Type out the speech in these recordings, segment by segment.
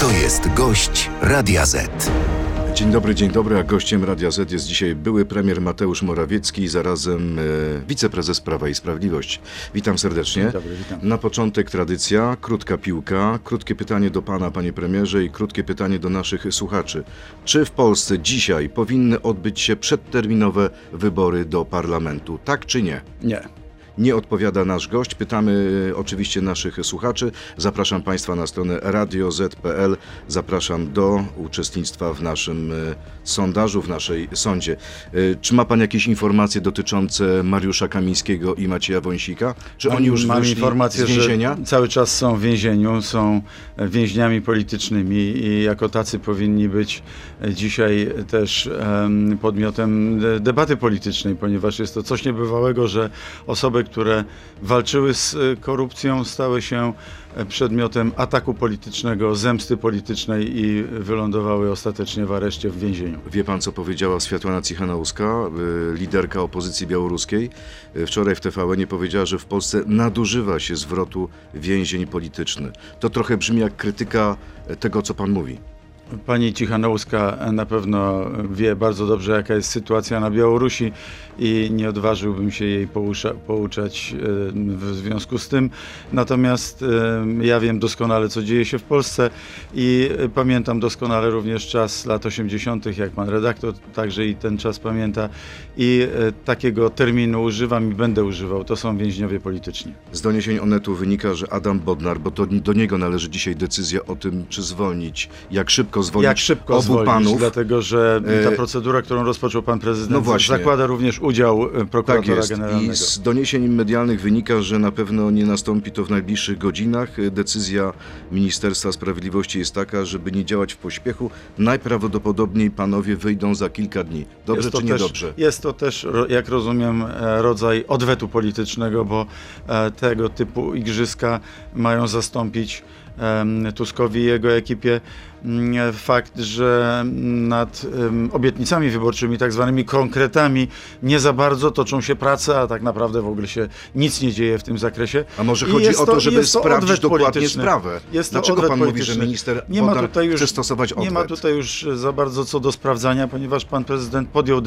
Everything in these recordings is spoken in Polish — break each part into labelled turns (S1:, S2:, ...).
S1: To jest gość Radia Z.
S2: Dzień dobry, a gościem Radia Z jest dzisiaj były premier Mateusz Morawiecki i zarazem wiceprezes Prawa i Sprawiedliwość. Witam serdecznie.
S3: Dzień dobry, witam.
S2: Na początek tradycja, krótka piłka, krótkie pytanie do pana, panie premierze, i krótkie pytanie do naszych słuchaczy. Czy w Polsce dzisiaj powinny odbyć się przedterminowe wybory do parlamentu? Tak czy nie?
S3: Nie.
S2: Nie odpowiada nasz gość. Pytamy oczywiście naszych słuchaczy. Zapraszam państwa na stronę radioz.pl. Zapraszam do uczestnictwa w naszym sondażu, w naszej sądzie. Czy ma pan jakieś informacje dotyczące Mariusza Kamińskiego i Macieja Wąsika? Czy oni już
S3: Mam
S2: wyszli
S3: informację,
S2: z więzienia?
S3: że cały czas są w więzieniu, są więźniami politycznymi i jako tacy powinni być dzisiaj też podmiotem debaty politycznej, ponieważ jest to coś niebywałego, że osoby, które walczyły z korupcją, stały się przedmiotem ataku politycznego, zemsty politycznej i wylądowały ostatecznie w areszcie, w więzieniu.
S2: Wie pan, co powiedziała Swiatłana Cichanouska, liderka opozycji białoruskiej? Wczoraj w TVN powiedziała, że w Polsce nadużywa się zwrotu więzień polityczny. To trochę brzmi jak krytyka tego, co pan mówi.
S3: Pani Cichanouska na pewno wie bardzo dobrze, jaka jest sytuacja na Białorusi i nie odważyłbym się jej pouczać w związku z tym. Natomiast ja wiem doskonale, co dzieje się w Polsce i pamiętam doskonale również czas lat 80., jak pan redaktor także i ten czas pamięta, i takiego terminu używam i będę używał. To są więźniowie polityczni.
S2: Z doniesień Onetu wynika, że Adam Bodnar, bo to do niego należy dzisiaj decyzja o tym, czy zwolnić, jak szybko zwolnić obu panów.
S3: Dlatego że ta procedura, którą rozpoczął pan prezydent, zakłada również udział prokuratora generalnego.
S2: I z doniesień medialnych wynika, że na pewno nie nastąpi to w najbliższych godzinach. Decyzja Ministerstwa Sprawiedliwości jest taka, żeby nie działać w pośpiechu. Najprawdopodobniej panowie wyjdą za kilka dni. Dobrze czy niedobrze?
S3: Jest to też, jak rozumiem, rodzaj odwetu politycznego, bo tego typu igrzyska mają zastąpić Tuskowi i jego ekipie fakt, że nad obietnicami wyborczymi, tak zwanymi konkretami, nie za bardzo toczą się prace, a tak naprawdę w ogóle się nic nie dzieje w tym zakresie.
S2: A może chodzi o to, żeby sprawdzić dokładnie sprawę? Dlaczego pan mówi, że minister Bodnar chce stosować odwet?
S3: Nie ma tutaj już za bardzo co do sprawdzania, ponieważ pan prezydent podjął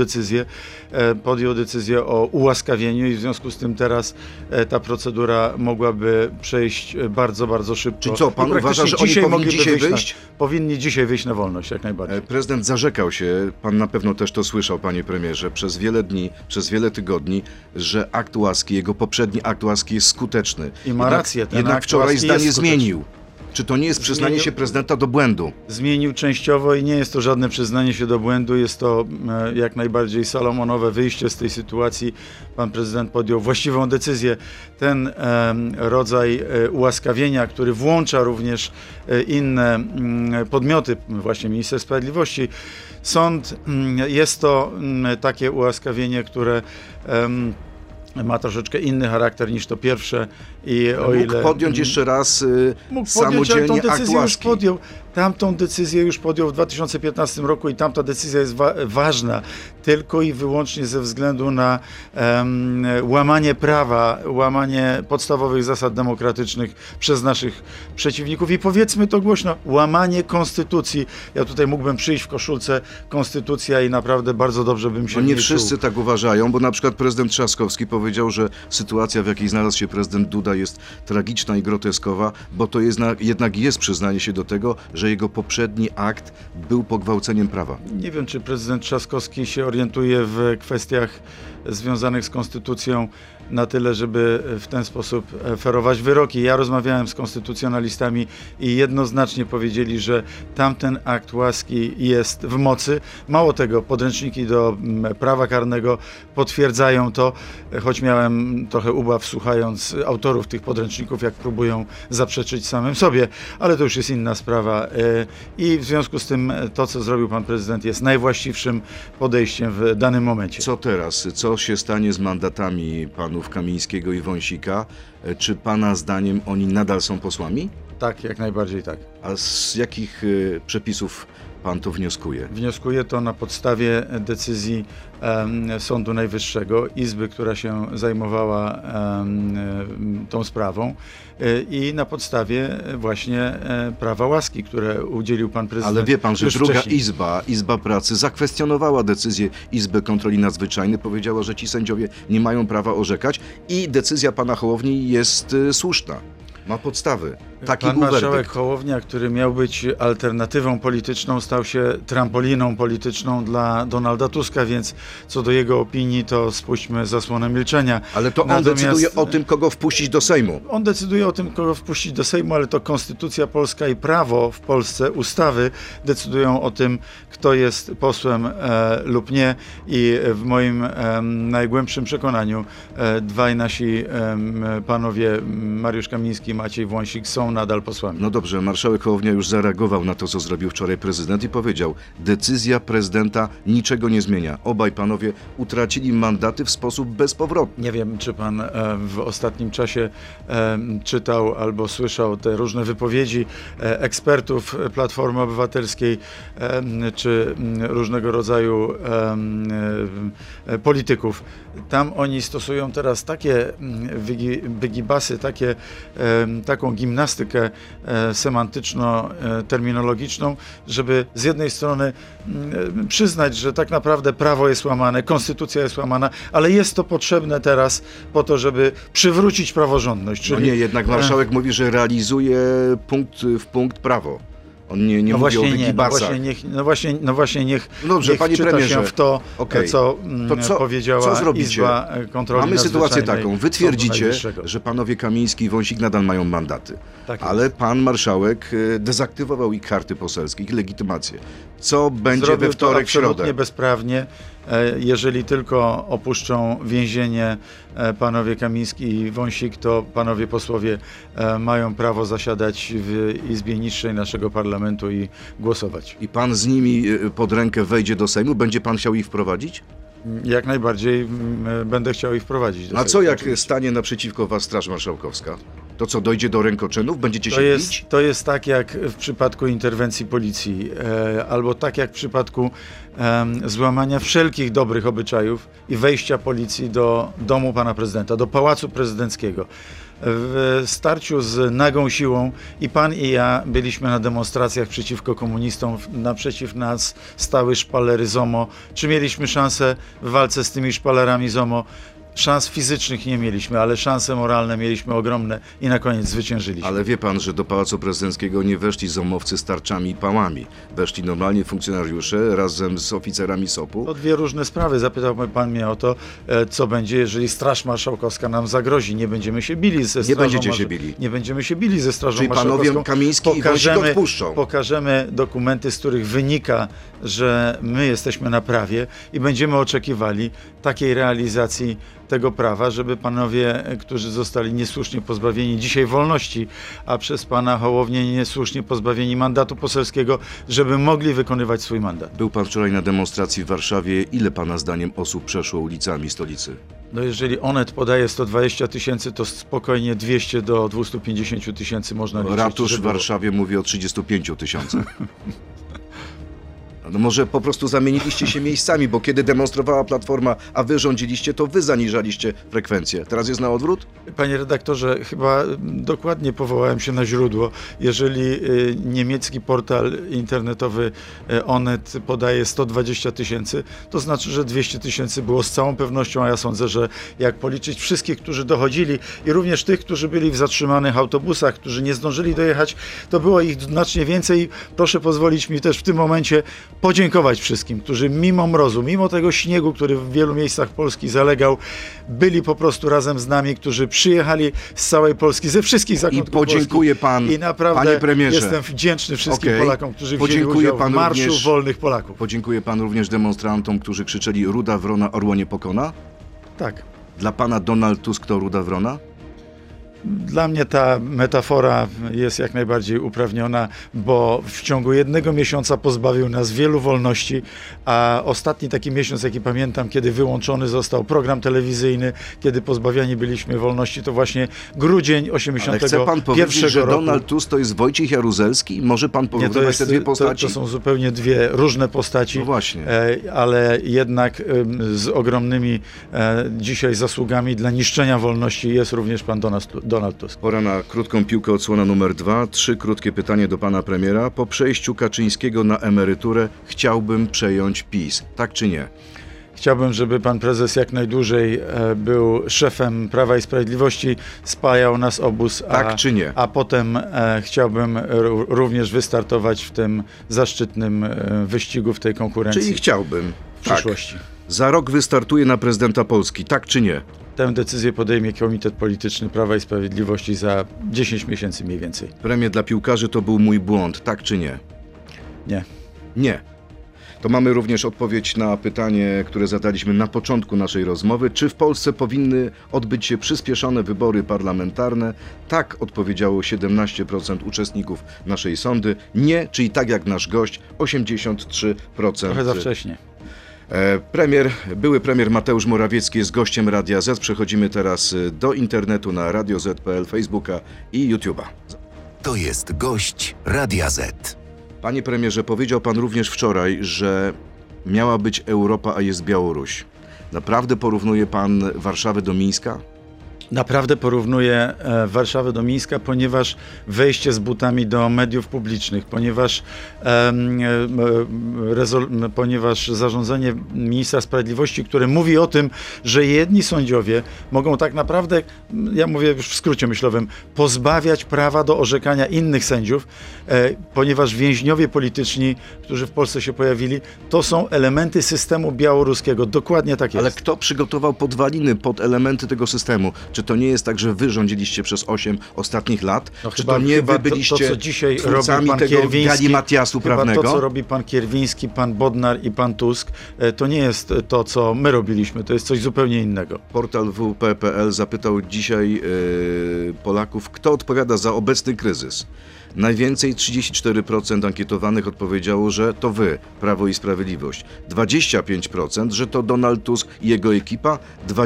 S3: decyzję o ułaskawieniu i w związku z tym teraz ta procedura mogłaby przejść bardzo, bardzo szybko.
S2: Czyli co, pan uważa, że oni powinni dzisiaj wyjść?
S3: Powinni dzisiaj wyjść na wolność, jak najbardziej.
S2: Prezydent zarzekał się, pan na pewno też to słyszał, panie premierze, przez wiele dni, przez wiele tygodni, że akt łaski, jego poprzedni akt łaski jest skuteczny.
S3: I ma rację.
S2: Jednak wczoraj zdanie zmienił. Czy to nie jest przyznanie się prezydenta do błędu?
S3: Zmienił częściowo i nie jest to żadne przyznanie się do błędu. Jest to jak najbardziej salomonowe wyjście z tej sytuacji. Pan prezydent podjął właściwą decyzję. Ten rodzaj ułaskawienia, który włącza również inne podmioty, właśnie minister sprawiedliwości, sąd, jest to takie ułaskawienie, które ma troszeczkę inny charakter niż to pierwsze i o ile...
S2: Mógł podjąć jeszcze raz samodzielnie akt łaski.
S3: Tamtą decyzję już podjął w 2015 roku i tamta decyzja jest ważna tylko i wyłącznie ze względu na łamanie prawa, łamanie podstawowych zasad demokratycznych przez naszych przeciwników i powiedzmy to głośno, łamanie konstytucji. Ja tutaj mógłbym przyjść w koszulce konstytucja i naprawdę bardzo dobrze bym się
S2: nie wszyscy tak uważają, bo na przykład prezydent Trzaskowski powiedział, że sytuacja, w jakiej znalazł się prezydent Duda, jest tragiczna i groteskowa, bo to jednak jest przyznanie się do tego, że jego poprzedni akt był pogwałceniem prawa.
S3: Nie wiem, czy prezydent Trzaskowski się orientuje w kwestiach związanych z konstytucją na tyle, żeby w ten sposób ferować wyroki. Ja rozmawiałem z konstytucjonalistami i jednoznacznie powiedzieli, że tamten akt łaski jest w mocy. Mało tego, podręczniki do prawa karnego potwierdzają to, choć miałem trochę ubaw słuchając autorów tych podręczników, jak próbują zaprzeczyć samym sobie, ale to już jest inna sprawa. I w związku z tym to, co zrobił pan prezydent, jest najwłaściwszym podejściem w danym momencie.
S2: Co teraz? Co się stanie z mandatami panów Kamińskiego i Wąsika? Czy pana zdaniem oni nadal są posłami?
S3: Tak, jak najbardziej tak.
S2: A z jakich przepisów pan to wnioskuje?
S3: Wnioskuję to na podstawie decyzji Sądu Najwyższego, Izby, która się zajmowała tą sprawą i na podstawie właśnie prawa łaski, które udzielił pan prezydent.
S2: Ale wie pan, że
S3: już
S2: druga
S3: wcześniej.
S2: Izba Pracy zakwestionowała decyzję Izby Kontroli Nadzwyczajnej, powiedziała, że ci sędziowie nie mają prawa orzekać i decyzja pana Hołowni jest słuszna. Ma podstawy. Taki
S3: Pan
S2: był
S3: marszałek
S2: werdykt.
S3: Hołownia, który miał być alternatywą polityczną, stał się trampoliną polityczną dla Donalda Tuska, więc co do jego opinii, to spuśćmy zasłonę milczenia.
S2: Ale to on
S3: Natomiast
S2: decyduje o tym, kogo wpuścić do Sejmu.
S3: On decyduje o tym, kogo wpuścić do Sejmu, ale to konstytucja polska i prawo w Polsce, ustawy decydują o tym, kto jest posłem lub nie. I w moim najgłębszym przekonaniu dwaj nasi panowie, Mariusz Kamiński i Maciej Wąsik, są nadal posłami.
S2: No dobrze, marszałek Hołownia już zareagował na to, co zrobił wczoraj prezydent i powiedział: decyzja prezydenta niczego nie zmienia. Obaj panowie utracili mandaty w sposób bezpowrotny.
S3: Nie wiem, czy pan w ostatnim czasie czytał albo słyszał te różne wypowiedzi ekspertów Platformy Obywatelskiej, czy różnego rodzaju polityków. Tam oni stosują teraz takie wygibasy, taką gimnastykę semantyczno-terminologiczną, żeby z jednej strony przyznać, że tak naprawdę prawo jest łamane, konstytucja jest łamana, ale jest to potrzebne teraz po to, żeby przywrócić praworządność.
S2: No
S3: Czyli
S2: nie, jednak marszałek mówi, że realizuje punkt w punkt prawo. On nie mówi o wygibasach.
S3: No właśnie, niech
S2: Dobrze, panie
S3: wczyta
S2: premierze.
S3: się w to,
S2: Okej.
S3: co
S2: co
S3: powiedziała
S2: zrobicie?
S3: Izba Kontroli
S2: Mamy sytuację
S3: Nadzwyczajnej
S2: taką. Wy
S3: Sądu
S2: twierdzicie,
S3: Najwyższego.
S2: że panowie Kamiński i Wąsik nadal mają mandaty.
S3: Tak jest.
S2: Ale pan marszałek dezaktywował ich karty poselskie, ich legitymację. Co będzie
S3: Zrobił
S2: we wtorek,
S3: to absolutnie
S2: środę?
S3: bezprawnie. Jeżeli tylko opuszczą więzienie panowie Kamiński i Wąsik, to panowie posłowie mają prawo zasiadać w Izbie niższej naszego parlamentu i głosować.
S2: I pan z nimi pod rękę wejdzie do Sejmu? Będzie pan chciał ich wprowadzić?
S3: Jak najbardziej będę chciał ich wprowadzić do
S2: A
S3: Sejmu,
S2: co jak
S3: oczywiście.
S2: stanie naprzeciwko was Straż Marszałkowska? To co, dojdzie do rękoczynów? Będziecie się bić?
S3: To jest tak jak w przypadku interwencji policji, albo tak jak w przypadku złamania wszelkich dobrych obyczajów i wejścia policji do domu pana prezydenta, do Pałacu Prezydenckiego. W starciu z nagą siłą i pan i ja byliśmy na demonstracjach przeciwko komunistom, naprzeciw nas stały szpalery ZOMO. Czy mieliśmy szansę w walce z tymi szpalerami ZOMO? Szans fizycznych nie mieliśmy, ale szanse moralne mieliśmy ogromne i na koniec zwyciężyliśmy.
S2: Ale wie pan, że do Pałacu Prezydenckiego nie weszli zomowcy z tarczami i pałami. Weszli normalnie funkcjonariusze razem z oficerami SOP-u.
S3: To dwie różne sprawy. Zapytał pan mnie o to, co będzie, jeżeli Straż Marszałkowska nam zagrozi. Nie będziemy się bili ze Strażą
S2: będziecie się bili.
S3: Nie będziemy się bili ze Strażą
S2: Czyli
S3: Marszałkowską.
S2: panowie Kamiński i Wąsik odpuszczą.
S3: Pokażemy dokumenty, z których wynika, że my jesteśmy na prawie i będziemy oczekiwali takiej realizacji tego prawa, żeby panowie, którzy zostali niesłusznie pozbawieni dzisiaj wolności, a przez pana Hołownię niesłusznie pozbawieni mandatu poselskiego, żeby mogli wykonywać swój mandat.
S2: Był pan wczoraj na demonstracji w Warszawie. Ile pana zdaniem osób przeszło ulicami stolicy?
S3: No jeżeli Onet podaje 120 000, to spokojnie 200 do 250 tysięcy można liczyć.
S2: Ratusz
S3: że
S2: w
S3: było.
S2: Warszawie mówi o 35 000. No może po prostu zamieniliście się miejscami, bo kiedy demonstrowała Platforma, a wy rządziliście, to wy zaniżaliście frekwencję. Teraz jest na odwrót?
S3: Panie redaktorze, chyba dokładnie powołałem się na źródło. Jeżeli niemiecki portal internetowy Onet podaje 120 000, to znaczy, że 200 000 było z całą pewnością, a ja sądzę, że jak policzyć wszystkich, którzy dochodzili i również tych, którzy byli w zatrzymanych autobusach, którzy nie zdążyli dojechać, to było ich znacznie więcej. Proszę pozwolić mi też w tym momencie podziękować wszystkim, którzy mimo mrozu, mimo tego śniegu, który w wielu miejscach Polski zalegał, byli po prostu razem z nami, którzy przyjechali z całej Polski, ze wszystkich zakątków
S2: I podziękuję
S3: Polski.
S2: pan,
S3: I naprawdę
S2: panie premierze.
S3: jestem wdzięczny wszystkim
S2: Okej.
S3: Polakom, którzy wzięli
S2: Podziękuję
S3: udział w
S2: panu
S3: Marszu
S2: również.
S3: Wolnych Polaków.
S2: Podziękuję pan również demonstrantom, którzy krzyczeli: Ruda Wrona orła nie pokona.
S3: Tak.
S2: Dla pana Donald Tusk to Ruda Wrona?
S3: Dla mnie ta metafora jest jak najbardziej uprawniona, bo w ciągu jednego miesiąca pozbawił nas wielu wolności, a ostatni taki miesiąc, jaki pamiętam, kiedy wyłączony został program telewizyjny, kiedy pozbawiani byliśmy wolności, to właśnie grudzień 81
S2: Ale chce pan powiedzieć, że
S3: roku.
S2: Donald Tusk to jest Wojciech Jaruzelski? Może pan porównywać te dwie postaci?
S3: To są zupełnie dwie różne postaci,
S2: No właśnie.
S3: ale jednak z ogromnymi dzisiaj zasługami dla niszczenia wolności jest również pan Donald Tusk.
S2: Pora na krótką piłkę, odsłona numer 2. 3 krótkie pytanie do pana premiera. Po przejściu Kaczyńskiego na emeryturę chciałbym przejąć PiS. Tak czy nie?
S3: Chciałbym, żeby pan prezes jak najdłużej był szefem Prawa i Sprawiedliwości, spajał nas obóz,
S2: Tak czy nie?
S3: a potem chciałbym również wystartować w tym zaszczytnym wyścigu, w tej konkurencji
S2: Czyli chciałbym.
S3: w przyszłości.
S2: Za rok wystartuję na prezydenta Polski. Tak czy nie?
S3: Tę decyzję podejmie Komitet Polityczny Prawa i Sprawiedliwości za 10 miesięcy mniej więcej.
S2: Premie dla piłkarzy to był mój błąd. Tak czy nie?
S3: Nie.
S2: Nie. To mamy również odpowiedź na pytanie, które zadaliśmy na początku naszej rozmowy. Czy w Polsce powinny odbyć się przyspieszone wybory parlamentarne? Tak odpowiedziało 17% uczestników naszej sondy. Nie, czyli tak jak nasz gość, 83%.
S3: Trochę za wcześnie.
S2: Były premier Mateusz Morawiecki jest gościem Radia Z. Przechodzimy teraz do internetu na Radio Z.pl, Facebooka i YouTube'a.
S1: To jest gość Radia Z.
S2: Panie premierze, powiedział pan również wczoraj, że miała być Europa, a jest Białoruś. Naprawdę porównuje pan Warszawę do Mińska?
S3: Naprawdę porównuję Warszawę do Mińska, ponieważ wejście z butami do mediów publicznych, ponieważ zarządzenie ministra sprawiedliwości, które mówi o tym, że jedni sędziowie mogą tak naprawdę, ja mówię już w skrócie myślowym, pozbawiać prawa do orzekania innych sędziów, ponieważ więźniowie polityczni, którzy w Polsce się pojawili, to są elementy systemu białoruskiego. Dokładnie tak jest.
S2: Ale kto przygotował podwaliny pod elementy tego systemu? Czy to nie jest tak, że wy rządziliście przez 8 ostatnich lat?
S3: No
S2: Czy to nie wy byliście
S3: co dzisiaj
S2: twórcami
S3: robi pan
S2: tego
S3: Kierwiński,
S2: galimatiasu prawnego?
S3: To, co robi pan Kierwiński, pan Bodnar i pan Tusk, to nie jest to, co my robiliśmy, to jest coś zupełnie innego.
S2: Portal WP.pl zapytał dzisiaj Polaków, kto odpowiada za obecny kryzys. Najwięcej 34% ankietowanych odpowiedziało, że to wy, Prawo i Sprawiedliwość. 25%, że to Donald Tusk i jego ekipa.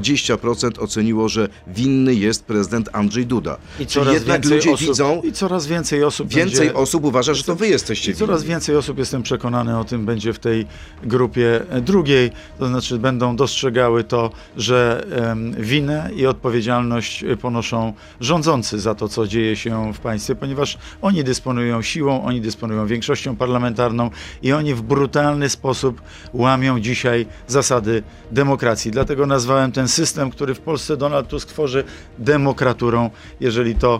S2: 20% oceniło, że winny jest prezydent Andrzej Duda. Czyli jednak ludzie widzą,
S3: i coraz więcej osób
S2: osób uważa, że to wy jesteście winni.
S3: Coraz więcej osób, jestem przekonany o tym, będzie w tej grupie drugiej, to znaczy będą dostrzegały to, że winę i odpowiedzialność ponoszą rządzący za to, co dzieje się w państwie, ponieważ oni dysponują siłą, oni dysponują większością parlamentarną i oni w brutalny sposób łamią dzisiaj zasady demokracji. Dlatego nazwałem ten system, który w Polsce Donald Tusk tworzy, demokraturą. Jeżeli to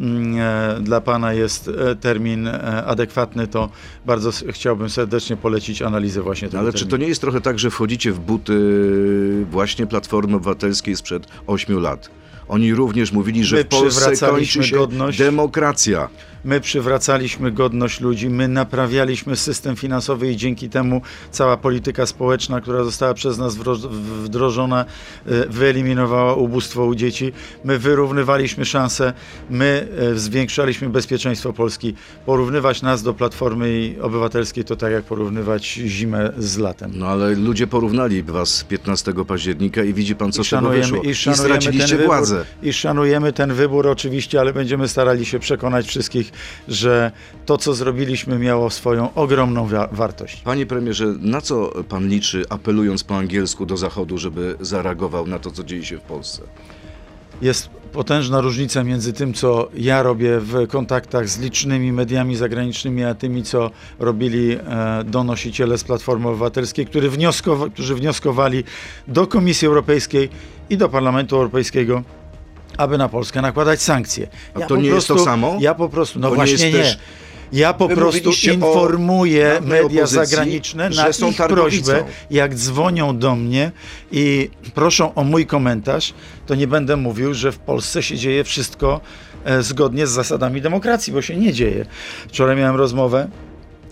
S3: dla pana jest termin adekwatny, to bardzo chciałbym serdecznie polecić analizę właśnie tego
S2: Ale
S3: terminu.
S2: czy to nie jest trochę tak, że wchodzicie w buty właśnie Platformy Obywatelskiej sprzed 8 lat? Oni również mówili, że w Polsce kończy się demokracja.
S3: My przywracaliśmy godność ludzi, my naprawialiśmy system finansowy i dzięki temu cała polityka społeczna, która została przez nas wdrożona, wyeliminowała ubóstwo u dzieci. My wyrównywaliśmy szanse, my zwiększaliśmy bezpieczeństwo Polski. Porównywać nas do Platformy Obywatelskiej to tak jak porównywać zimę z latem.
S2: No ale ludzie porównali was 15 października i widzi pan, co z tego wyszło. I straciliście
S3: ten
S2: władzę.
S3: Wybór, I szanujemy ten wybór oczywiście, ale będziemy starali się przekonać wszystkich, że to, co zrobiliśmy, miało swoją ogromną wartość.
S2: Panie premierze, na co pan liczy, apelując po angielsku do Zachodu, żeby zareagował na to, co dzieje się w Polsce?
S3: Jest potężna różnica między tym, co ja robię w kontaktach z licznymi mediami zagranicznymi, a tymi, co robili donosiciele z Platformy Obywatelskiej, którzy wnioskowali do Komisji Europejskiej i do Parlamentu Europejskiego, aby na Polskę nakładać sankcje.
S2: A to nie jest to samo?
S3: Ja po prostu, no
S2: To
S3: właśnie nie. Ja po prostu informuję media zagraniczne na ich prośbę, jak dzwonią do mnie i proszą o mój komentarz, to nie będę mówił, że w Polsce się dzieje wszystko zgodnie z zasadami demokracji, bo się nie dzieje. Wczoraj miałem rozmowę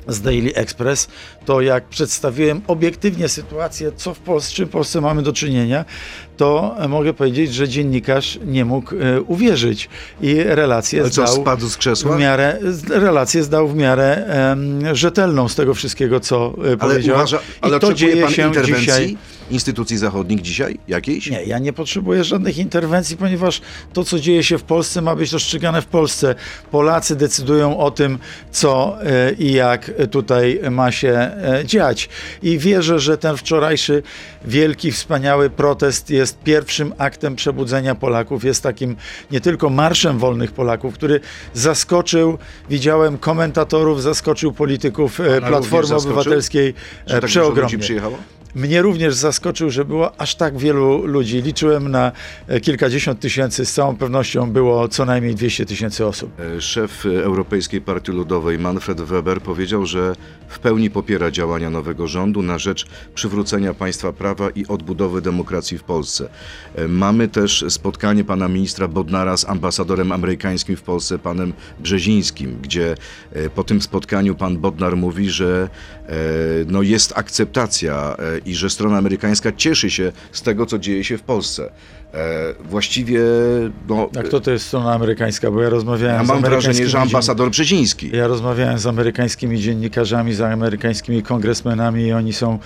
S3: z Daily Express, to jak przedstawiłem obiektywnie sytuację, z czym w Polsce mamy do czynienia, to mogę powiedzieć, że dziennikarz nie mógł uwierzyć i relację
S2: spadł z krzesła?
S3: Relację zdał w miarę rzetelną z tego wszystkiego, co powiedział.
S2: Ale
S3: to dzieje
S2: pan
S3: się
S2: interwencji
S3: dzisiaj.
S2: instytucji zachodnich dzisiaj jakiejś?
S3: Nie, ja nie potrzebuję żadnych interwencji, ponieważ to, co dzieje się w Polsce, ma być rozstrzygane w Polsce. Polacy decydują o tym, co i jak tutaj ma się dziać. I wierzę, że ten wczorajszy wielki, wspaniały protest jest pierwszym aktem przebudzenia Polaków. Jest takim nie tylko marszem wolnych Polaków, który zaskoczył, widziałem komentatorów, zaskoczył polityków Platformy Obywatelskiej przeogromnie.
S2: Przyjechało?
S3: Mnie również zaskoczył, że było aż tak wielu ludzi. Liczyłem na kilkadziesiąt tysięcy, z całą pewnością było co najmniej 200 000 osób.
S2: Szef Europejskiej Partii Ludowej Manfred Weber powiedział, że w pełni popiera działania nowego rządu na rzecz przywrócenia państwa prawa i odbudowy demokracji w Polsce. Mamy też spotkanie pana ministra Bodnara z ambasadorem amerykańskim w Polsce, panem Brzezińskim, gdzie po tym spotkaniu pan Bodnar mówi, że jest akceptacja i że strona amerykańska cieszy się z tego, co dzieje się w Polsce. Właściwie...
S3: A kto to jest strona amerykańska? Bo ja rozmawiałem
S2: mam wrażenie, że ambasador Brzeziński.
S3: Ja rozmawiałem z amerykańskimi dziennikarzami, z amerykańskimi kongresmenami i oni są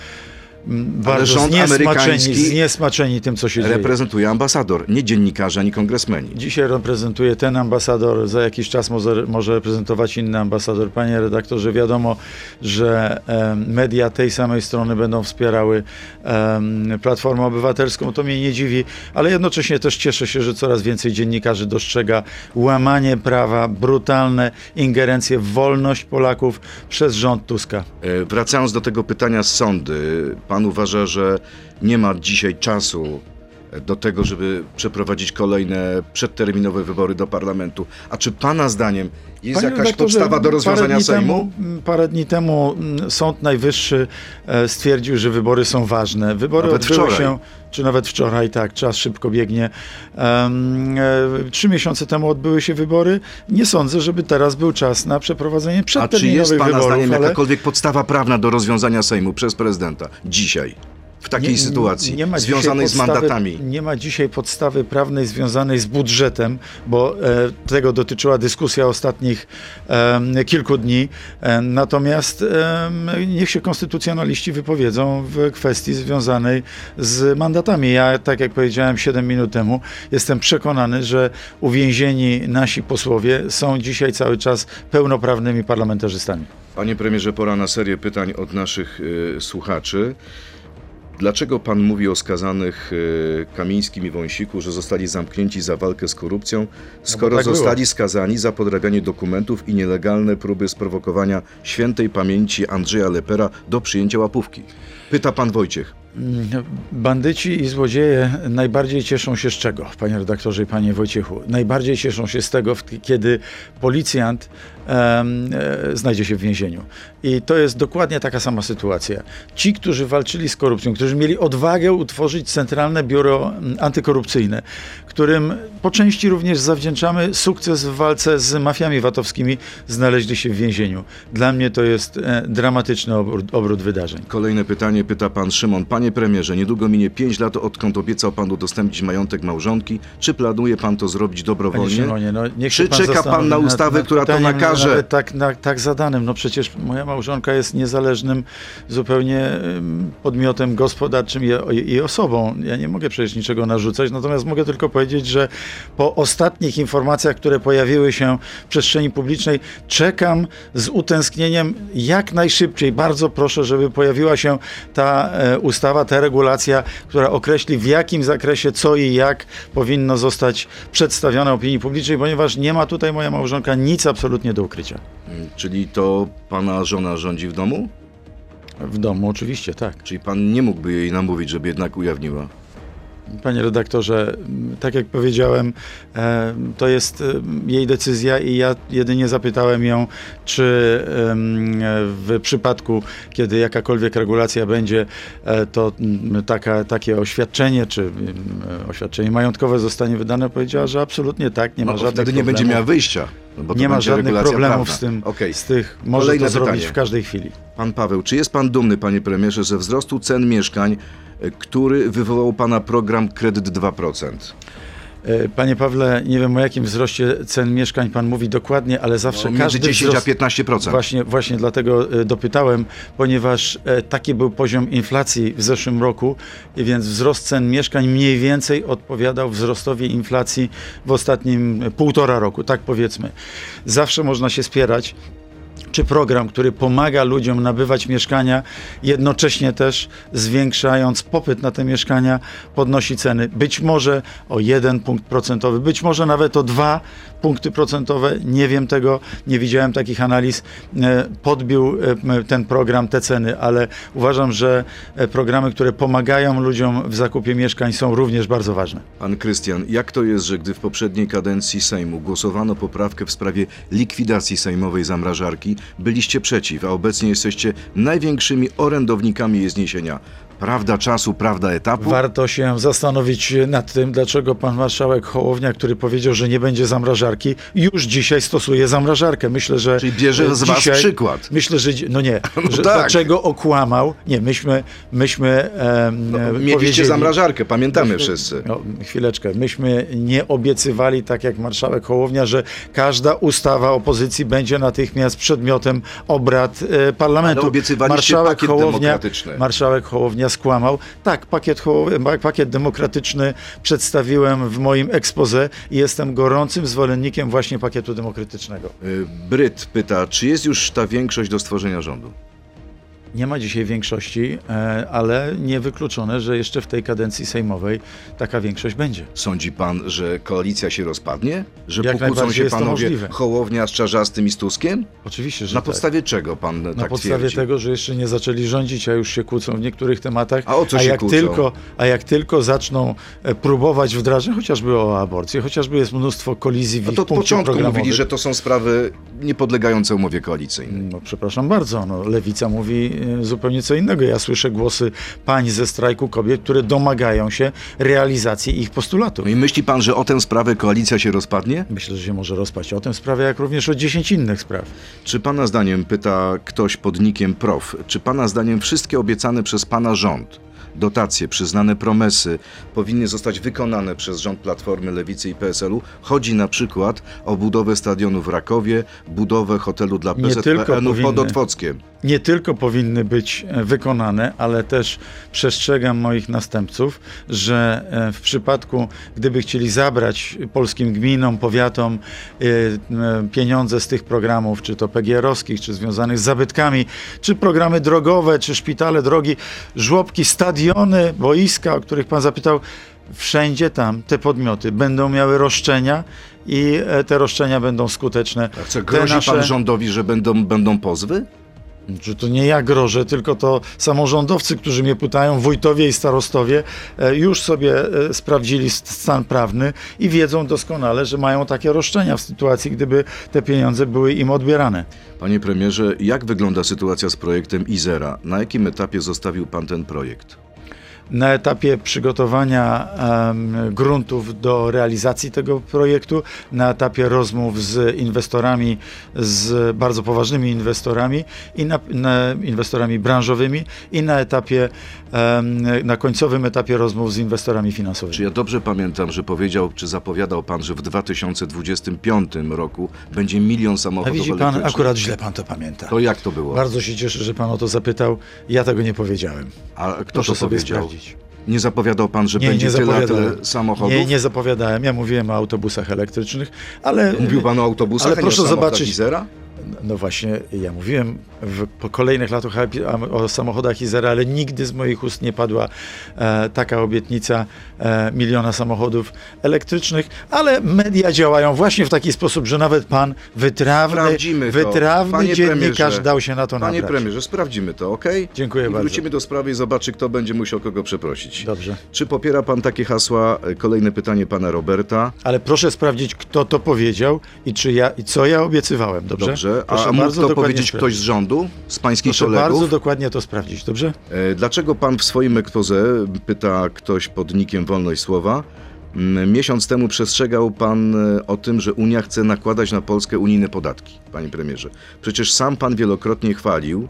S3: bardzo zniesmaczeni tym, co się dzieje.
S2: Reprezentuje ambasador, nie dziennikarze, ani kongresmeni.
S3: Dzisiaj reprezentuje ten ambasador, za jakiś czas może reprezentować inny ambasador. Panie redaktorze, wiadomo, że media tej samej strony będą wspierały Platformę Obywatelską. To mnie nie dziwi, ale jednocześnie też cieszę się, że coraz więcej dziennikarzy dostrzega łamanie prawa, brutalne ingerencje w wolność Polaków przez rząd Tuska.
S2: Wracając do tego pytania z sądy, pan uważa, że nie ma dzisiaj czasu do tego, żeby przeprowadzić kolejne przedterminowe wybory do parlamentu. A czy pana zdaniem jest jakaś podstawa do rozwiązania Sejmu?
S3: Parę dni temu Sąd Najwyższy stwierdził, że wybory są ważne. Wybory
S2: nawet
S3: odbyły
S2: wczoraj.
S3: się, czy nawet wczoraj, tak, czas szybko biegnie. 3 miesiące temu odbyły się wybory. Nie sądzę, żeby teraz był czas na przeprowadzenie przedterminowych wyborów.
S2: A czy jest pana zdaniem jakakolwiek podstawa prawna do rozwiązania Sejmu przez prezydenta dzisiaj? W takiej sytuacji, związanej z mandatami.
S3: Nie ma dzisiaj podstawy prawnej związanej z budżetem, bo tego dotyczyła dyskusja ostatnich kilku dni. Natomiast niech się konstytucjonaliści wypowiedzą w kwestii związanej z mandatami. Ja, tak jak powiedziałem 7 minut temu, jestem przekonany, że uwięzieni nasi posłowie są dzisiaj cały czas pełnoprawnymi parlamentarzystami.
S2: Panie premierze, pora na serię pytań od naszych słuchaczy. Dlaczego pan mówi o skazanych Kamińskim i Wąsiku, że zostali zamknięci za walkę z korupcją, skoro
S3: tak
S2: zostali skazani za podrabianie dokumentów i nielegalne próby sprowokowania świętej pamięci Andrzeja Lepera do przyjęcia łapówki? Pyta pan Wojciech.
S3: Bandyci i złodzieje najbardziej cieszą się z czego, panie redaktorze i panie Wojciechu? Najbardziej cieszą się z tego, kiedy policjant znajdzie się w więzieniu. I to jest dokładnie taka sama sytuacja. Ci, którzy walczyli z korupcją, którzy mieli odwagę utworzyć Centralne Biuro Antykorupcyjne, którym po części również zawdzięczamy sukces w walce z mafiami VAT-owskimi, znaleźli się w więzieniu. Dla mnie to jest dramatyczny obrót wydarzeń.
S2: Kolejne pytanie pyta pan Szymon. Panie premierze, niedługo minie 5 lat, odkąd obiecał pan udostępnić majątek małżonki. Czy planuje pan to zrobić dobrowolnie?
S3: Panie Szymonie,
S2: Czy czeka pan na ustawę, która to nakaże?
S3: Nawet tak zadanym. No przecież moja małżonka jest niezależnym zupełnie podmiotem gospodarczym i osobą. Ja nie mogę przecież niczego narzucać, natomiast mogę tylko powiedzieć, że po ostatnich informacjach, które pojawiły się w przestrzeni publicznej, czekam z utęsknieniem jak najszybciej. Bardzo proszę, żeby pojawiła się ta ustawa, ta regulacja, która określi, w jakim zakresie, co i jak powinno zostać przedstawione opinii publicznej, ponieważ nie ma tutaj moja małżonka nic absolutnie do ukrycia.
S2: Czyli to pana żona rządzi w domu?
S3: W domu oczywiście, tak.
S2: Czyli pan nie mógłby jej namówić, żeby jednak ujawniła?
S3: Panie redaktorze, tak jak powiedziałem, to jest jej decyzja i ja jedynie zapytałem ją, czy w przypadku, kiedy jakakolwiek regulacja będzie, to takie oświadczenie, czy oświadczenie majątkowe zostanie wydane. Powiedziała, że absolutnie tak, nie ma żadnych
S2: wtedy nie
S3: problemów.
S2: będzie miała wyjścia. Bo to
S3: Nie ma
S2: będzie
S3: żadnych
S2: regulacja
S3: problemów
S2: prawna.
S3: z tym,
S2: Okej.
S3: z tych może
S2: Kolejne
S3: to zrobić
S2: pytanie.
S3: w każdej chwili.
S2: Pan Paweł, czy jest pan dumny, panie premierze, ze wzrostu cen mieszkań, który wywołał pana program Kredyt 2%?
S3: Panie Pawle, nie wiem o jakim wzroście cen mięszkań pan mówi dokładnie, ale zawsze
S2: Między
S3: każdy
S2: 10 a
S3: wzrost...
S2: 15%.
S3: Właśnie dlatego dopytałem, ponieważ taki był poziom inflacji w zeszłym roku, i więc wzrost cen mieszkań mniej więcej odpowiadał wzrostowi inflacji w ostatnim 1,5 roku, tak powiedzmy. Zawsze można się spierać, czy program, który pomaga ludziom nabywać mieszkania, jednocześnie też zwiększając popyt na te mieszkania, podnosi ceny. Być może o 1 punkt procentowy, być może nawet o 2 punkty procentowe, nie wiem tego, nie widziałem takich analiz, podbił ten program te ceny, ale uważam, że programy, które pomagają ludziom w zakupie mieszkań, są również bardzo ważne.
S2: Pan Krystian, jak to jest, że gdy w poprzedniej kadencji Sejmu głosowano poprawkę w sprawie likwidacji sejmowej zamrażarki, byliście przeciw, a obecnie jesteście największymi orędownikami jej zniesienia? Prawda czasu, prawda etapu?
S3: Warto się zastanowić nad tym, dlaczego pan marszałek Hołownia, który powiedział, że nie będzie zamrażarki, już dzisiaj stosuje zamrażarkę. Myślę, że
S2: Czyli bierze z was
S3: dzisiaj,
S2: przykład.
S3: Myślę, że no nie,
S2: No
S3: że
S2: tak.
S3: dlaczego okłamał? Nie, myśmy
S2: Mieliście
S3: powiedzieli,
S2: zamrażarkę, pamiętamy wszyscy.
S3: No, chwileczkę. Myśmy nie obiecywali, tak jak marszałek Hołownia, że każda ustawa opozycji będzie natychmiast przedmiotem obrad parlamentu.
S2: Ale obiecywaliście pakiet demokratyczny.
S3: Marszałek Hołownia skłamał. Tak, pakiet demokratyczny przedstawiłem w moim exposé i jestem gorącym zwolennikiem właśnie pakietu demokratycznego.
S2: Bryt pyta, czy jest już ta większość do stworzenia rządu?
S3: Nie ma dzisiaj większości, ale niewykluczone, że jeszcze w tej kadencji sejmowej taka większość będzie.
S2: Sądzi pan, że koalicja się rozpadnie? Że
S3: Jak
S2: pokłócą
S3: najbardziej
S2: się
S3: jest to
S2: panowie
S3: możliwe.
S2: Hołownia z Czarzastym i z Tuskiem?
S3: Oczywiście, że
S2: Na
S3: tak.
S2: podstawie czego pan
S3: Na
S2: tak
S3: podstawie
S2: twierdzi?
S3: tego, że jeszcze nie zaczęli rządzić, a już się kłócą w niektórych tematach.
S2: A o co się kłócą?
S3: Jak tylko zaczną próbować wdrażać, chociażby o aborcję, chociażby jest mnóstwo kolizji w
S2: No
S3: ich
S2: to od
S3: punkcie
S2: początku
S3: programowym.
S2: mówili, że to są sprawy niepodlegające umowie koalicyjnej.
S3: No przepraszam bardzo, no, Lewica mówi zupełnie co innego. Ja słyszę głosy pań ze strajku kobiet, które domagają się realizacji ich postulatów.
S2: No i myśli pan, że o tę sprawę koalicja się rozpadnie?
S3: Myślę, że się może rozpaść o tę sprawę, jak również o 10 innych spraw.
S2: Czy pana zdaniem, pyta ktoś pod nickiem Prof, czy pana zdaniem wszystkie obiecane przez pana rząd dotacje, przyznane promesy powinny zostać wykonane przez rząd Platformy, Lewicy i PSL-u? Chodzi na przykład o budowę stadionu w Rakowie, budowę hotelu dla PZPN-u pod Otwockiem.
S3: Nie tylko powinny być wykonane, ale też przestrzegam moich następców, że w przypadku, gdyby chcieli zabrać polskim gminom, powiatom pieniądze z tych programów, czy to PGR-owskich, czy związanych z zabytkami, czy programy drogowe, czy szpitale, drogi, żłobki, stadiony, boiska, o których pan zapytał, wszędzie tam te podmioty będą miały roszczenia i te roszczenia będą skuteczne.
S2: A co, grozi pan rządowi, że będą pozwy?
S3: Że to nie ja grożę, tylko to samorządowcy, którzy mnie pytają, wójtowie i starostowie, już sobie sprawdzili stan prawny i wiedzą doskonale, że mają takie roszczenia w sytuacji, gdyby te pieniądze były im odbierane.
S2: Panie premierze, jak wygląda sytuacja z projektem Izera? Na jakim etapie zostawił pan ten projekt?
S3: Na etapie przygotowania gruntów do realizacji tego projektu, na etapie rozmów z inwestorami, z bardzo poważnymi inwestorami i na inwestorami branżowymi i na etapie, na końcowym etapie rozmów z inwestorami finansowymi.
S2: Czy ja dobrze pamiętam, że powiedział, czy zapowiadał pan, że w 2025 roku będzie 1 milion samochodów
S3: A widzi pan,
S2: elektrycznych?
S3: akurat źle pan to pamięta.
S2: To jak to było?
S3: Bardzo się cieszę, że pan o to zapytał. Ja tego nie powiedziałem.
S2: A kto
S3: Proszę
S2: to
S3: sobie
S2: powiedział?
S3: sprawdzić.
S2: Nie zapowiadał pan, że będzie tyle samochodów?
S3: Nie zapowiadałem. Ja mówiłem o autobusach elektrycznych, ale...
S2: Mówił pan o autobusach,
S3: ale
S2: a nie
S3: proszę
S2: o samochodach
S3: zobaczyć.
S2: Izera?
S3: No właśnie, ja mówiłem po kolejnych latach o samochodach Izera, ale nigdy z moich ust nie padła taka obietnica 1 miliona samochodów elektrycznych, ale media działają właśnie w taki sposób, że nawet pan wytrawny dziennikarz dał się na to nabrać.
S2: Panie premierze, sprawdzimy to, okej?
S3: Dziękuję bardzo.
S2: Wrócimy do sprawy i zobaczy, kto będzie musiał kogo przeprosić.
S3: Dobrze.
S2: Czy popiera pan takie hasła? Kolejne pytanie pana Roberta.
S3: Ale proszę sprawdzić, kto to powiedział i co ja obiecywałem, dobrze?
S2: Dobrze.
S3: Proszę
S2: A mógł
S3: bardzo
S2: to
S3: dokładnie
S2: powiedzieć ktoś z rządu, z pańskich
S3: Proszę
S2: kolegów?
S3: bardzo dokładnie to sprawdzić, dobrze?
S2: Dlaczego pan w swoim exposé, pyta ktoś pod nickiem Wolność Słowa, Miesiąc temu przestrzegał pan o tym, że Unia chce nakładać na Polskę unijne podatki, panie premierze. Przecież sam pan wielokrotnie chwalił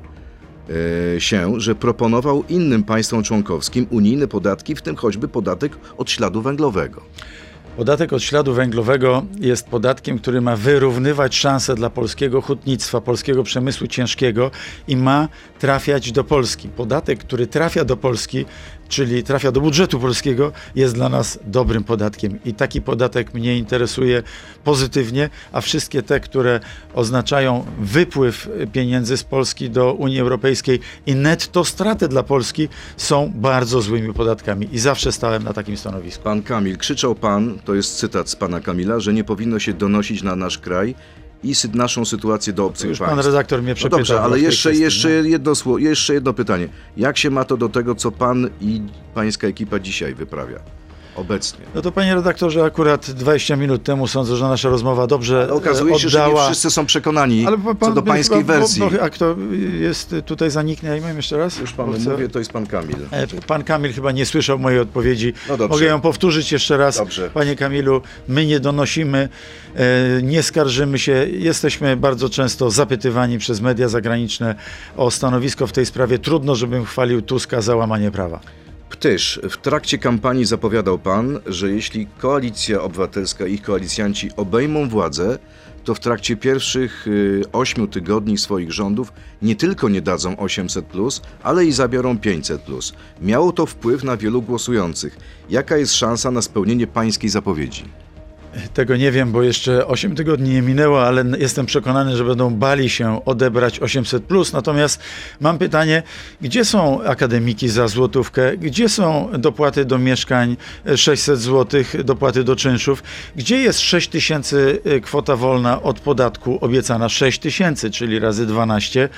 S2: się, że proponował innym państwom członkowskim unijne podatki, w tym choćby podatek od śladu węglowego.
S3: Podatek od śladu węglowego jest podatkiem, który ma wyrównywać szanse dla polskiego hutnictwa, polskiego przemysłu ciężkiego i ma trafiać do Polski. Podatek, który trafia do Polski, czyli trafia do budżetu polskiego, jest dla nas dobrym podatkiem. I taki podatek mnie interesuje pozytywnie, a wszystkie te, które oznaczają wypływ pieniędzy z Polski do Unii Europejskiej i netto stratę dla Polski, są bardzo złymi podatkami. I zawsze stałem na takim stanowisku.
S2: Pan Kamil, krzyczał pan, to jest cytat z pana Kamila, że nie powinno się donosić na nasz kraj i naszą sytuację do obcych
S3: Już
S2: państw.
S3: pan redaktor mnie przepytał.
S2: No dobrze, ale jeszcze
S3: kwestii,
S2: jedno pytanie. Jak się ma to do tego, co pan i pańska ekipa dzisiaj wyprawia? Obecnie.
S3: No to panie redaktorze, akurat 20 minut temu sądzę, że nasza rozmowa dobrze
S2: Ale okazuje się, że nie wszyscy są przekonani co do pańskiej wersji.
S3: A kto jest tutaj za nick? Ja mam jeszcze raz?
S2: Już panu mówię, to jest pan Kamil.
S3: Pan Kamil chyba nie słyszał mojej odpowiedzi.
S2: No dobrze.
S3: Mogę ją powtórzyć jeszcze raz.
S2: Dobrze.
S3: Panie Kamilu, my nie donosimy, nie skarżymy się. Jesteśmy bardzo często zapytywani przez media zagraniczne o stanowisko w tej sprawie. Trudno, żebym chwalił Tuska za łamanie prawa.
S2: Ptysz, w trakcie kampanii zapowiadał pan, że jeśli Koalicja Obywatelska i ich koalicjanci obejmą władzę, to w trakcie pierwszych 8 tygodni swoich rządów nie tylko nie dadzą 800+, ale i zabiorą 500+. Miało to wpływ na wielu głosujących. Jaka jest szansa na spełnienie pańskiej zapowiedzi?
S3: Tego nie wiem, bo jeszcze 8 tygodni nie minęło, ale jestem przekonany, że będą bali się odebrać 800+. Natomiast mam pytanie, gdzie są akademiki za złotówkę? Gdzie są dopłaty do mieszkań 600 zł, dopłaty do czynszów? Gdzie jest 6 tysięcy kwota wolna od podatku obiecana? 6 tysięcy, czyli razy 12,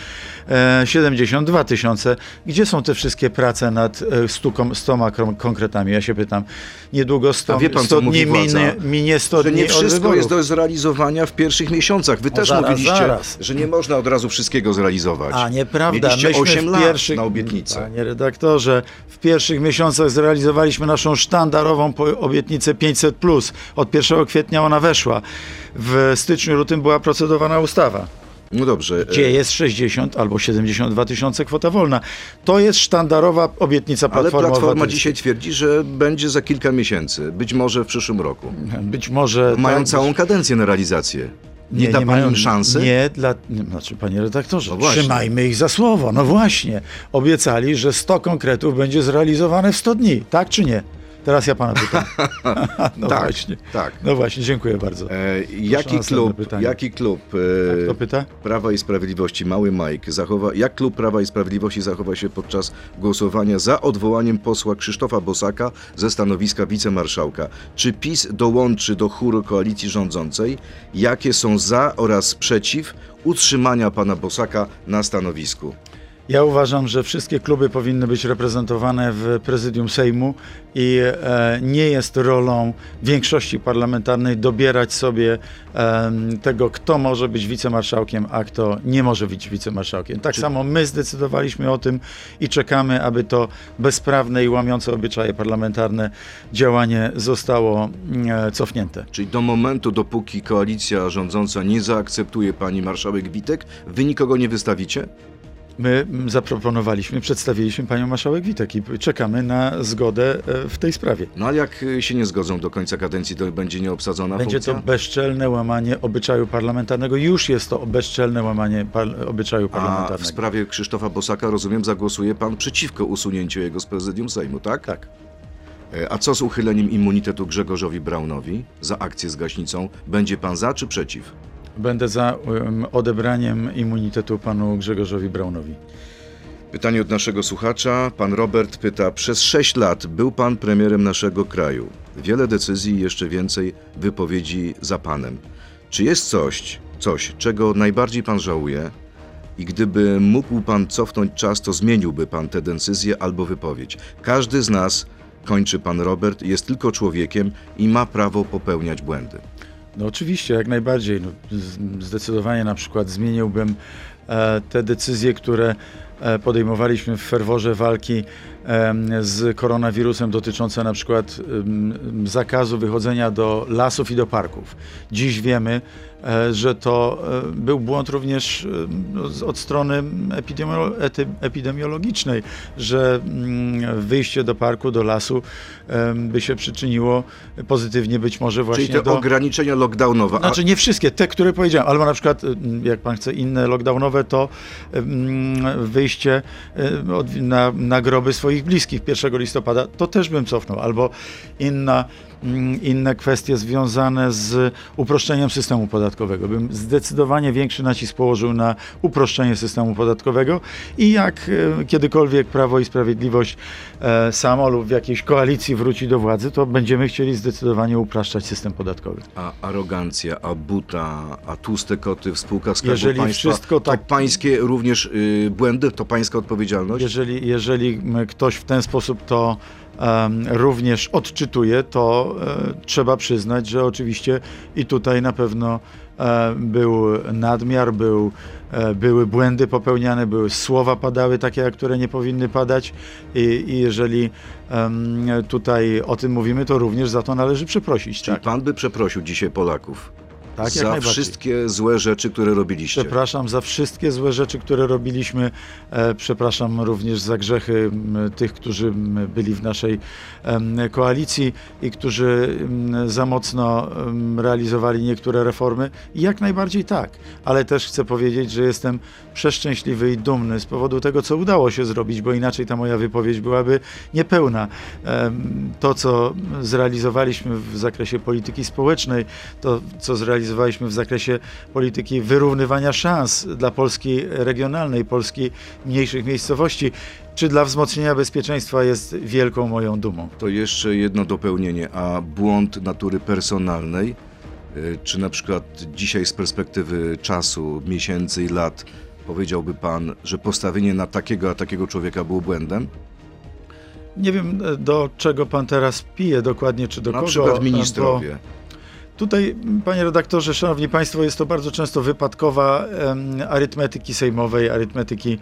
S3: 72 tysiące. Gdzie są te wszystkie prace nad 100 konkretami? Ja się pytam. Niedługo 100 dni minie 100
S2: że
S3: dni
S2: nie
S3: od
S2: wszystko
S3: wyborów.
S2: jest do zrealizowania w pierwszych miesiącach. Wy też mówiliście,
S3: zaraz.
S2: że nie można od razu wszystkiego zrealizować.
S3: A nieprawda.
S2: Mieliście
S3: Myśmy
S2: 8
S3: w
S2: lat
S3: pierwszych,
S2: na obietnicę.
S3: Panie redaktorze, w pierwszych miesiącach zrealizowaliśmy naszą sztandarową obietnicę 500+. Od 1 kwietnia ona weszła. W styczniu, lutym była procedowana ustawa.
S2: No dobrze.
S3: Gdzie jest 60 albo 72 tysiące kwota wolna. To jest sztandarowa obietnica
S2: Ale
S3: Platformy
S2: Platforma
S3: Obywatelskiej.
S2: dzisiaj twierdzi, że będzie za kilka miesięcy, być może w przyszłym roku.
S3: Być może...
S2: Mają
S3: tak,
S2: całą kadencję na realizację. Nie da pan
S3: mają
S2: im szansy?
S3: Znaczy, panie redaktorze,
S2: No właśnie.
S3: trzymajmy ich za słowo. No właśnie. Obiecali, że 100 konkretów będzie zrealizowane w 100 dni. Tak czy nie? Teraz ja pana pytam. No
S2: Tak,
S3: właśnie.
S2: tak.
S3: No właśnie, dziękuję bardzo.
S2: Jaki klub
S3: Kto pyta?
S2: Prawa i Sprawiedliwości, mały Mike, jak klub Prawa i Sprawiedliwości zachowa się podczas głosowania za odwołaniem posła Krzysztofa Bosaka ze stanowiska wicemarszałka? Czy PiS dołączy do chóru koalicji rządzącej? Jakie są za oraz przeciw utrzymania pana Bosaka na stanowisku?
S3: Ja uważam, że wszystkie kluby powinny być reprezentowane w prezydium Sejmu i nie jest rolą większości parlamentarnej dobierać sobie tego, kto może być wicemarszałkiem, a kto nie może być wicemarszałkiem. Tak samo my zdecydowaliśmy o tym i czekamy, aby to bezprawne i łamiące obyczaje parlamentarne działanie zostało cofnięte.
S2: Czyli do momentu, dopóki koalicja rządząca nie zaakceptuje pani marszałek Witek, wy nikogo nie wystawicie?
S3: My zaproponowaliśmy, przedstawiliśmy panią marszałek Witek i czekamy na zgodę w tej sprawie.
S2: No ale jak się nie zgodzą do końca kadencji, to będzie nieobsadzona
S3: Będzie
S2: funkcja?
S3: to bezczelne łamanie obyczaju parlamentarnego. Już jest to bezczelne łamanie obyczaju parlamentarnego.
S2: A w sprawie Krzysztofa Bosaka, rozumiem, zagłosuje pan przeciwko usunięciu jego z prezydium Sejmu, tak?
S3: Tak.
S2: A co z uchyleniem immunitetu Grzegorzowi Braunowi za akcję z gaśnicą? Będzie pan za czy przeciw?
S3: Będę za odebraniem immunitetu panu Grzegorzowi Braunowi.
S2: Pytanie od naszego słuchacza. Pan Robert pyta, przez 6 lat był pan premierem naszego kraju. Wiele decyzji i jeszcze więcej wypowiedzi za panem. Czy jest coś, czego najbardziej pan żałuje? I gdyby mógł pan cofnąć czas, to zmieniłby pan tę decyzję albo wypowiedź. Każdy z nas, kończy pan Robert, jest tylko człowiekiem i ma prawo popełniać błędy.
S3: No oczywiście, jak najbardziej. No, zdecydowanie na przykład zmieniłbym te decyzje, które podejmowaliśmy w ferworze walki z koronawirusem dotyczące na przykład zakazu wychodzenia do lasów i do parków. Dziś wiemy, że to był błąd również od strony epidemiologicznej, że wyjście do parku, do lasu by się przyczyniło pozytywnie być może właśnie
S2: Czyli te ograniczenia lockdownowe.
S3: Znaczy nie wszystkie, te, które powiedziałem, albo na przykład, jak pan chce, inne lockdownowe, to wyjście na groby swoich bliskich 1 listopada, to też bym cofnął, albo inne kwestie związane z uproszczeniem systemu podatkowego. Bym zdecydowanie większy nacisk położył na uproszczenie systemu podatkowego i jak kiedykolwiek Prawo i Sprawiedliwość samo lub w jakiejś koalicji wróci do władzy, to będziemy chcieli zdecydowanie upraszczać system podatkowy.
S2: A arogancja, a buta, a tłuste koty w spółkach Skarbu
S3: Jeżeli
S2: Państwa,
S3: wszystko
S2: to pańskie również błędy, to pańska odpowiedzialność?
S3: Jeżeli ktoś w ten sposób to również odczytuje, to trzeba przyznać, że oczywiście i tutaj na pewno był nadmiar, były błędy popełniane, były słowa padały takie, które nie powinny padać i jeżeli tutaj o tym mówimy, to również za to należy przeprosić.
S2: Czyli
S3: tak.
S2: pan by przeprosił dzisiaj Polaków
S3: Tak,
S2: za wszystkie złe rzeczy, które robiliście?
S3: Przepraszam za wszystkie złe rzeczy, które robiliśmy. Przepraszam również za grzechy tych, którzy byli w naszej koalicji i którzy za mocno realizowali niektóre reformy. I jak najbardziej tak. Ale też chcę powiedzieć, że jestem przeszczęśliwy i dumny z powodu tego, co udało się zrobić, bo inaczej ta moja wypowiedź byłaby niepełna. To, co zrealizowaliśmy w zakresie polityki społecznej, to, co zrealizowaliśmy w zakresie polityki wyrównywania szans dla Polski regionalnej, Polski mniejszych miejscowości, czy dla wzmocnienia bezpieczeństwa jest wielką moją dumą.
S2: To jeszcze jedno dopełnienie, a błąd natury personalnej, czy na przykład dzisiaj z perspektywy czasu, miesięcy i lat, powiedziałby pan, że postawienie na takiego a takiego człowieka było błędem?
S3: Nie wiem, do czego pan teraz pije dokładnie, czy do kogo.
S2: Na przykład ministrowie.
S3: Tutaj, panie redaktorze, szanowni państwo, jest to bardzo często wypadkowa arytmetyki sejmowej, arytmetyki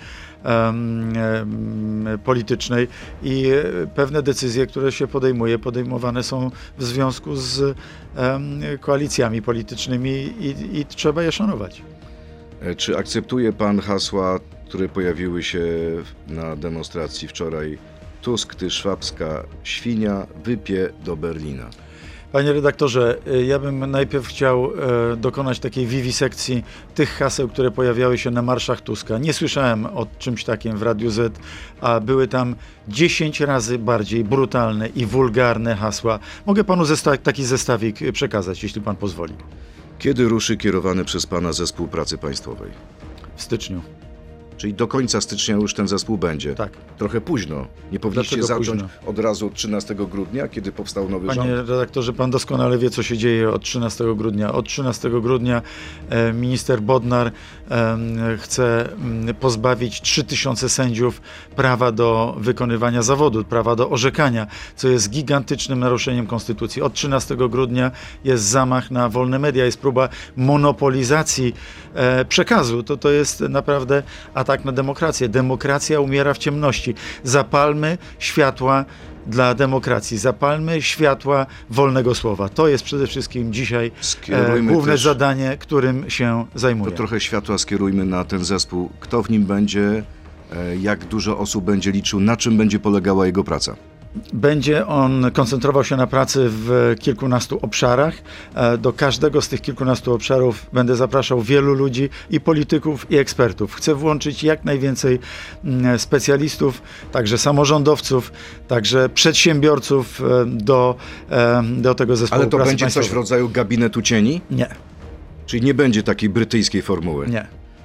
S3: politycznej i pewne decyzje, które się podejmowane są w związku z koalicjami politycznymi i trzeba je szanować.
S2: Czy akceptuje pan hasła, które pojawiły się na demonstracji wczoraj? Tusk, ty szwabska świnia, wypie do Berlina.
S3: Panie redaktorze, ja bym najpierw chciał dokonać takiej wiwisekcji tych haseł, które pojawiały się na marszach Tuska. Nie słyszałem o czymś takim w Radiu Z, a były tam 10 razy bardziej brutalne i wulgarne hasła. Mogę panu taki zestawik przekazać, jeśli pan pozwoli.
S2: Kiedy ruszy kierowany przez pana zespół pracy państwowej?
S3: W styczniu.
S2: Czyli do końca stycznia już ten zespół będzie.
S3: Tak.
S2: Trochę późno. Nie powinniście
S3: Dlaczego
S2: zacząć
S3: późno?
S2: od razu 13 grudnia, kiedy powstał nowy rząd?
S3: Panie redaktorze, pan doskonale wie, co się dzieje od 13 grudnia. Od 13 grudnia minister Bodnar chce pozbawić 3000 sędziów prawa do wykonywania zawodu, prawa do orzekania, co jest gigantycznym naruszeniem konstytucji. Od 13 grudnia jest zamach na wolne media, jest próba monopolizacji przekazu. To jest naprawdę atak na demokrację. Demokracja umiera w ciemności. Zapalmy światła dla demokracji. Zapalmy światła wolnego słowa. To jest przede wszystkim dzisiaj główne zadanie, którym się zajmuję.
S2: To trochę światła skierujmy na ten zespół. Kto w nim będzie, jak dużo osób będzie liczył, na czym będzie polegała jego praca?
S3: Będzie on koncentrował się na pracy w kilkunastu obszarach. Do każdego z tych kilkunastu obszarów będę zapraszał wielu ludzi i polityków, i ekspertów. Chcę włączyć jak najwięcej specjalistów, także samorządowców, także przedsiębiorców do tego zespołu.
S2: Ale to
S3: pracy
S2: będzie
S3: państwowej.
S2: coś w rodzaju gabinetu cieni?
S3: Nie.
S2: Czyli nie będzie takiej brytyjskiej formuły?
S3: Nie.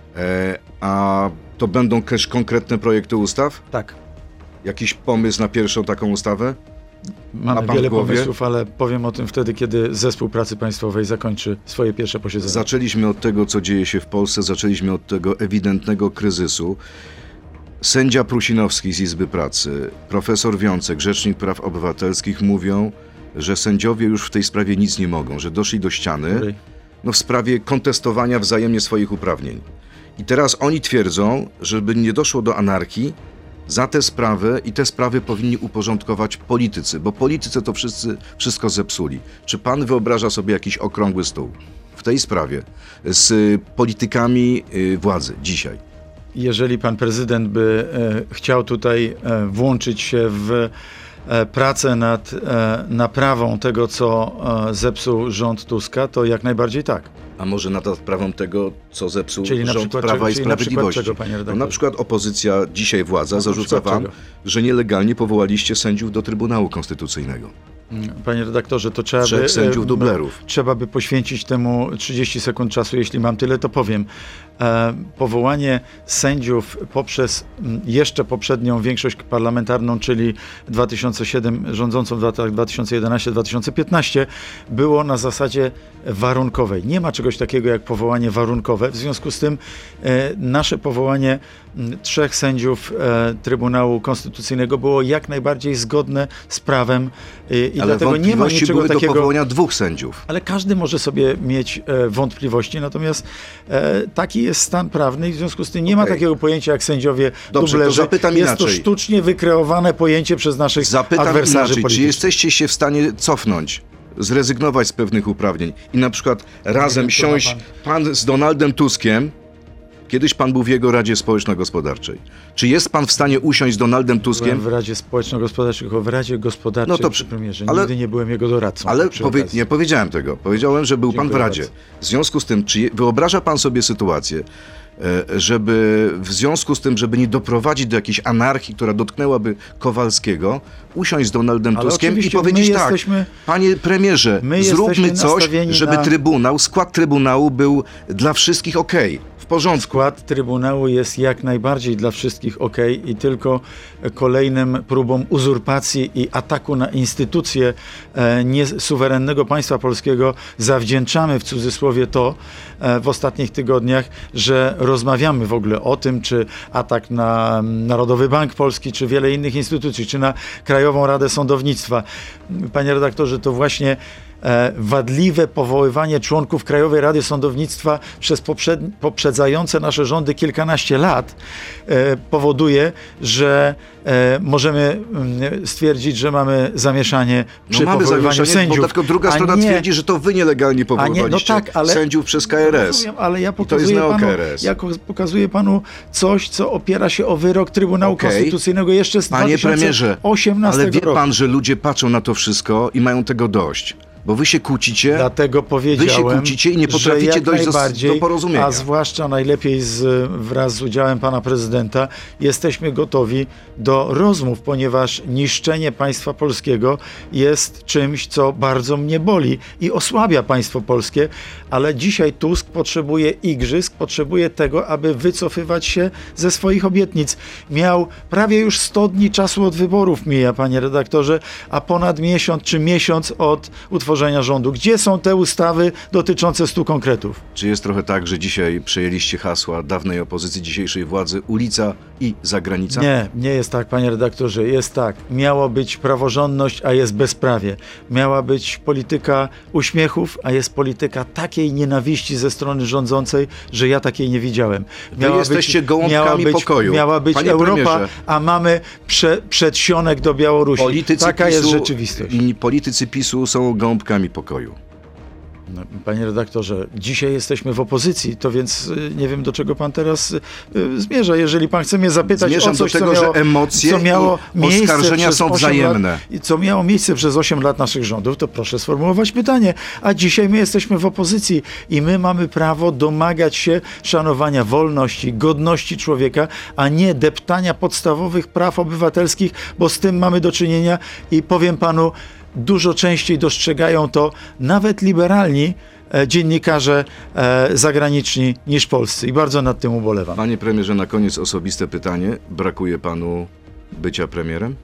S2: A to będą też konkretne projekty ustaw?
S3: Tak.
S2: Jakiś pomysł na pierwszą taką ustawę?
S3: Mamy wiele pomysłów, ale powiem o tym wtedy, kiedy zespół pracy państwowej zakończy swoje pierwsze posiedzenie.
S2: Zaczęliśmy od tego, co dzieje się w Polsce, zaczęliśmy od tego ewidentnego kryzysu. Sędzia Prusinowski z Izby Pracy, profesor Wiącek, rzecznik praw obywatelskich mówią, że sędziowie już w tej sprawie nic nie mogą, że doszli do ściany w sprawie kontestowania wzajemnie swoich uprawnień. I teraz oni twierdzą, żeby nie doszło do anarchii, za te sprawy i te sprawy powinni uporządkować politycy, bo politycy to wszystko zepsuli. Czy pan wyobraża sobie jakiś okrągły stół w tej sprawie z politykami władzy dzisiaj?
S3: Jeżeli pan prezydent by chciał tutaj włączyć się w pracę nad naprawą tego, co zepsuł rząd Tuska, to jak najbardziej tak.
S2: A może nad odprawą tego, co zepsuł
S3: Czyli
S2: rząd Prawa i Sprawiedliwości?
S3: Czego, panie redaktorze?
S2: No, na przykład opozycja, dzisiaj władza, zarzuca wam,
S3: czego?
S2: że nielegalnie powołaliście sędziów do Trybunału Konstytucyjnego.
S3: Panie redaktorze, to trzeba
S2: 3 sędziów dublerów.
S3: Trzeba by poświęcić temu 30 sekund czasu. Jeśli mam tyle, to powiem. Powołanie sędziów poprzez jeszcze poprzednią większość parlamentarną, czyli 2007, rządzącą w latach 2011-2015, było na zasadzie warunkowej. Nie ma czegoś takiego jak powołanie warunkowe. W związku z tym nasze powołanie 3 sędziów Trybunału Konstytucyjnego było jak najbardziej zgodne z prawem i
S2: Ale
S3: dlatego nie ma niczego
S2: były
S3: takiego.
S2: do powołania 2 sędziów.
S3: Ale każdy może sobie mieć wątpliwości, natomiast taki jest stan prawny i w związku z tym nie ma takiego pojęcia jak sędziowie
S2: Dobrze,
S3: dublerzy.
S2: to zapytam
S3: Jest
S2: inaczej.
S3: to sztucznie wykreowane pojęcie przez naszych
S2: Zapytam
S3: adwersarzy
S2: inaczej, czy
S3: politycznych.
S2: jesteście się w stanie cofnąć, zrezygnować z pewnych uprawnień i na przykład razem
S3: wiem, co
S2: siąść
S3: ma
S2: pan z Donaldem Tuskiem? Kiedyś pan był w jego Radzie Społeczno-Gospodarczej. Czy jest pan w stanie usiąść z Donaldem Tuskiem?
S3: Byłem w Radzie Społeczno-Gospodarczej, tylko w Radzie Gospodarczej,
S2: No to
S3: przy premierze.
S2: ale-
S3: Nigdy nie byłem jego doradcą.
S2: Ale
S3: przy okazji.
S2: nie powiedziałem tego. Powiedziałem, że był pan w
S3: Dziękuję
S2: Radzie.
S3: bardzo.
S2: W związku z tym, czy wyobraża pan sobie sytuację, żeby w związku z tym, żeby nie doprowadzić do jakiejś anarchii, która dotknęłaby Kowalskiego, usiąść z Donaldem
S3: Ale
S2: Tuskiem i
S3: oczywiście
S2: powiedzieć
S3: my
S2: tak,
S3: jesteśmy-
S2: panie premierze,
S3: my
S2: zróbmy
S3: jesteśmy
S2: coś,
S3: nastawieni
S2: żeby
S3: na-
S2: skład Trybunału był dla wszystkich okej, w porządku.
S3: Skład Trybunału jest jak najbardziej dla wszystkich okej i tylko kolejnym próbom uzurpacji i ataku na instytucje suwerennego państwa polskiego zawdzięczamy w cudzysłowie to w ostatnich tygodniach, że rozmawiamy w ogóle o tym, czy atak na Narodowy Bank Polski, czy wiele innych instytucji, czy na Krajową Radę Sądownictwa. Panie redaktorze, to właśnie wadliwe powoływanie członków Krajowej Rady Sądownictwa przez poprzedzające nasze rządy kilkanaście lat powoduje, że możemy stwierdzić, że mamy zamieszanie przy
S2: mamy
S3: powoływaniu
S2: zamieszanie,
S3: sędziów.
S2: bo tylko druga strona twierdzi, że to wy nielegalnie powoływaliście sędziów przez KRS.
S3: Rozumiem, ale ja
S2: I to jest
S3: pokazuję panu coś, co opiera się o wyrok Trybunału Konstytucyjnego jeszcze z
S2: Panie premierze,
S3: 2018
S2: ale wie
S3: roku.
S2: pan, że ludzie patrzą na to wszystko i mają tego dość. Bo wy się kłócicie,
S3: Dlatego powiedziałem,
S2: i nie potraficie
S3: że jak
S2: dojść
S3: najbardziej,
S2: do porozumienia.
S3: a zwłaszcza najlepiej wraz z udziałem pana prezydenta, jesteśmy gotowi do rozmów, ponieważ niszczenie państwa polskiego jest czymś, co bardzo mnie boli i osłabia państwo polskie, ale dzisiaj Tusk potrzebuje igrzysk, potrzebuje tego, aby wycofywać się ze swoich obietnic. Miał prawie już 100 dni czasu od wyborów, mija, panie redaktorze, a ponad miesiąc od utworzenia rządu. Gdzie są te ustawy dotyczące 100 konkretów?
S2: Czy jest trochę tak, że dzisiaj przejęliście hasła dawnej opozycji, dzisiejszej władzy, ulica i zagranica?
S3: Nie jest tak, panie redaktorze. Jest tak. Miało być praworządność, a jest bezprawie. Miała być polityka uśmiechów, a jest polityka takiej nienawiści ze strony rządzącej, że ja takiej nie widziałem.
S2: Wy jesteście gołąbkami pokoju.
S3: Miała być
S2: Panie
S3: Europa,
S2: premierze.
S3: a mamy przedsionek do Białorusi. Taka jest rzeczywistość.
S2: Politycy PiS-u są gołąbkami pokoju.
S3: No, panie redaktorze, dzisiaj jesteśmy w opozycji, to więc nie wiem, do czego pan teraz zmierza. Jeżeli pan chce mnie zapytać
S2: Zmierzam
S3: o coś,
S2: do tego,
S3: co miało,
S2: że emocje
S3: co miało
S2: i
S3: miejsce
S2: oskarżenia
S3: przez
S2: są
S3: 8
S2: wzajemne.
S3: Lat, i co miało miejsce przez 8 lat naszych rządów, to proszę sformułować pytanie. A dzisiaj my jesteśmy w opozycji i my mamy prawo domagać się szanowania wolności, godności człowieka, a nie deptania podstawowych praw obywatelskich, bo z tym mamy do czynienia i powiem panu, dużo częściej dostrzegają to nawet liberalni dziennikarze zagraniczni niż polscy i bardzo nad tym ubolewam.
S2: Panie premierze, na koniec osobiste pytanie. Brakuje panu bycia premierem?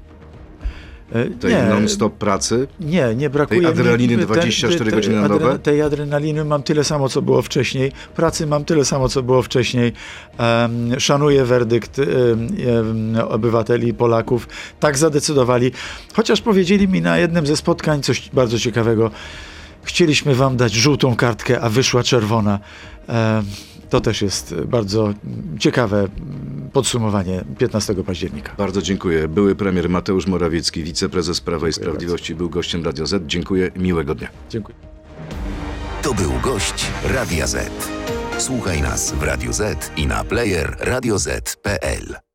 S2: Tej non-stop pracy?
S3: Nie brakuje
S2: tej adrenaliny
S3: mi.
S2: 24 godziny na dobę?
S3: Tej adrenaliny mam tyle samo, co było wcześniej. Pracy mam tyle samo, co było wcześniej. Szanuję werdykt obywateli i Polaków. Tak zadecydowali. Chociaż powiedzieli mi na jednym ze spotkań coś bardzo ciekawego. Chcieliśmy wam dać żółtą kartkę, a wyszła czerwona. To też jest bardzo ciekawe podsumowanie 15 października.
S2: Bardzo dziękuję. Były premier Mateusz Morawiecki, wiceprezes Prawa i Sprawiedliwości, był gościem Radia Z. Dziękuję, miłego dnia.
S3: Dziękuję.
S1: To był gość Radia Z. Słuchaj nas w Radio Z i na player radioz.pl.